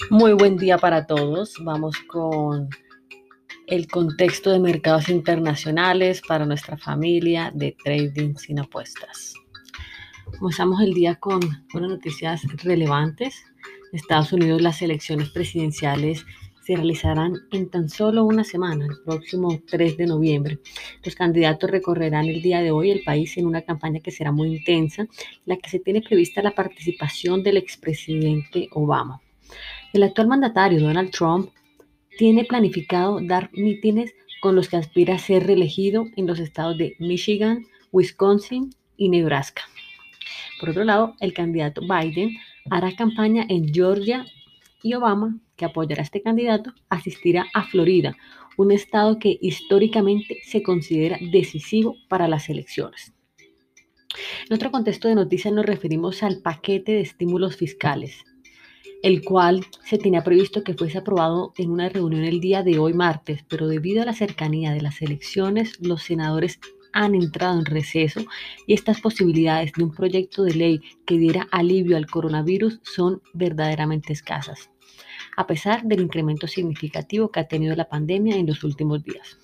Muy buen día para todos. Vamos con el contexto de mercados internacionales para nuestra familia de trading sin apuestas. Comenzamos el día con unas noticias relevantes. En Estados Unidos, las elecciones presidenciales se realizarán en tan solo una semana, el próximo 3 de noviembre. Los candidatos recorrerán el día de hoy el país en una campaña que será muy intensa, en la que se tiene prevista la participación del expresidente Obama. El actual mandatario, Donald Trump, tiene planificado dar mítines con los que aspira a ser reelegido en los estados de Michigan, Wisconsin y Nebraska. Por otro lado, el candidato Biden hará campaña en Georgia y Obama, que apoyará a este candidato, asistirá a Florida, un estado que históricamente se considera decisivo para las elecciones. En otro contexto de noticias nos referimos al paquete de estímulos fiscales, el cual se tenía previsto que fuese aprobado en una reunión el día de hoy martes, pero debido a la cercanía de las elecciones, los senadores han entrado en receso y estas posibilidades de un proyecto de ley que diera alivio al coronavirus son verdaderamente escasas, a pesar del incremento significativo que ha tenido la pandemia en los últimos días.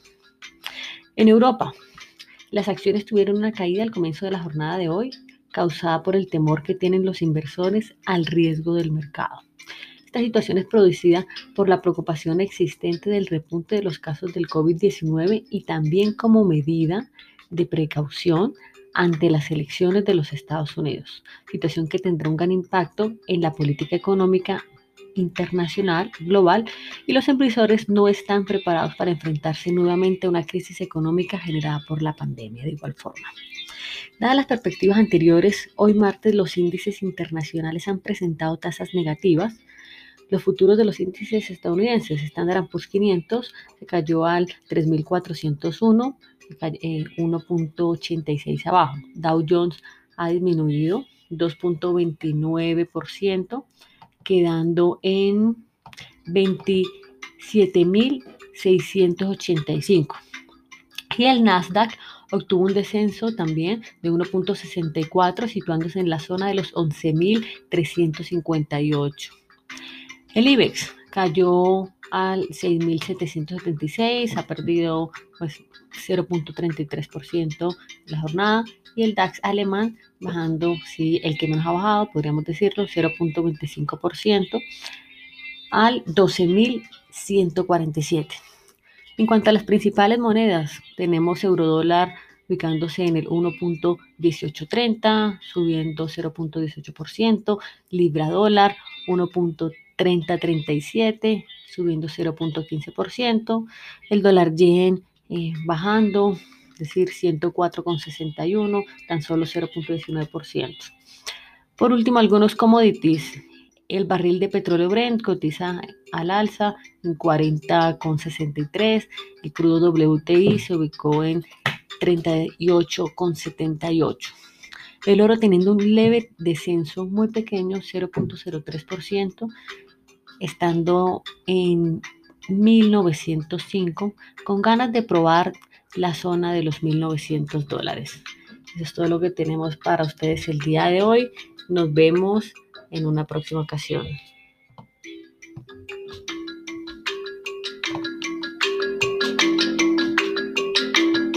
En Europa, las acciones tuvieron una caída al comienzo de la jornada de hoy, causada por el temor que tienen los inversores al riesgo del mercado. Esta situación es producida por la preocupación existente del repunte de los casos del COVID-19 y también como medida de precaución ante las elecciones de los Estados Unidos, situación que tendrá un gran impacto en la política económica internacional, global, y los inversores no están preparados para enfrentarse nuevamente a una crisis económica generada por la pandemia de igual forma. Dadas las perspectivas anteriores, hoy martes los índices internacionales han presentado tasas negativas. Los futuros de los índices estadounidenses, Standard Poor's 500, se cayó al 3.401, 1.86 abajo. Dow Jones ha disminuido 2.29%, quedando en 27.685. Y el Nasdaq obtuvo un descenso también de 1.64, situándose en la zona de los 11.358. El IBEX cayó al 6.776, ha perdido pues 0.33% la jornada, y el DAX alemán bajando, sí, el que menos ha bajado, podríamos decirlo, 0.25% al 12.147. En cuanto a las principales monedas, tenemos eurodólar ubicándose en el 1.1830, subiendo 0.18%, libra dólar 1.3037, subiendo 0.15%, el dólar yen bajando, es decir, 104,61, tan solo 0.19%. Por último, algunos commodities. El barril de petróleo Brent cotiza al alza en 40,63. El crudo WTI se ubicó en 38,78. El oro teniendo un leve descenso muy pequeño, 0.03%, estando en 1905, con ganas de probar la zona de los $1.900. Eso es todo lo que tenemos para ustedes el día de hoy. Nos vemos en una próxima ocasión.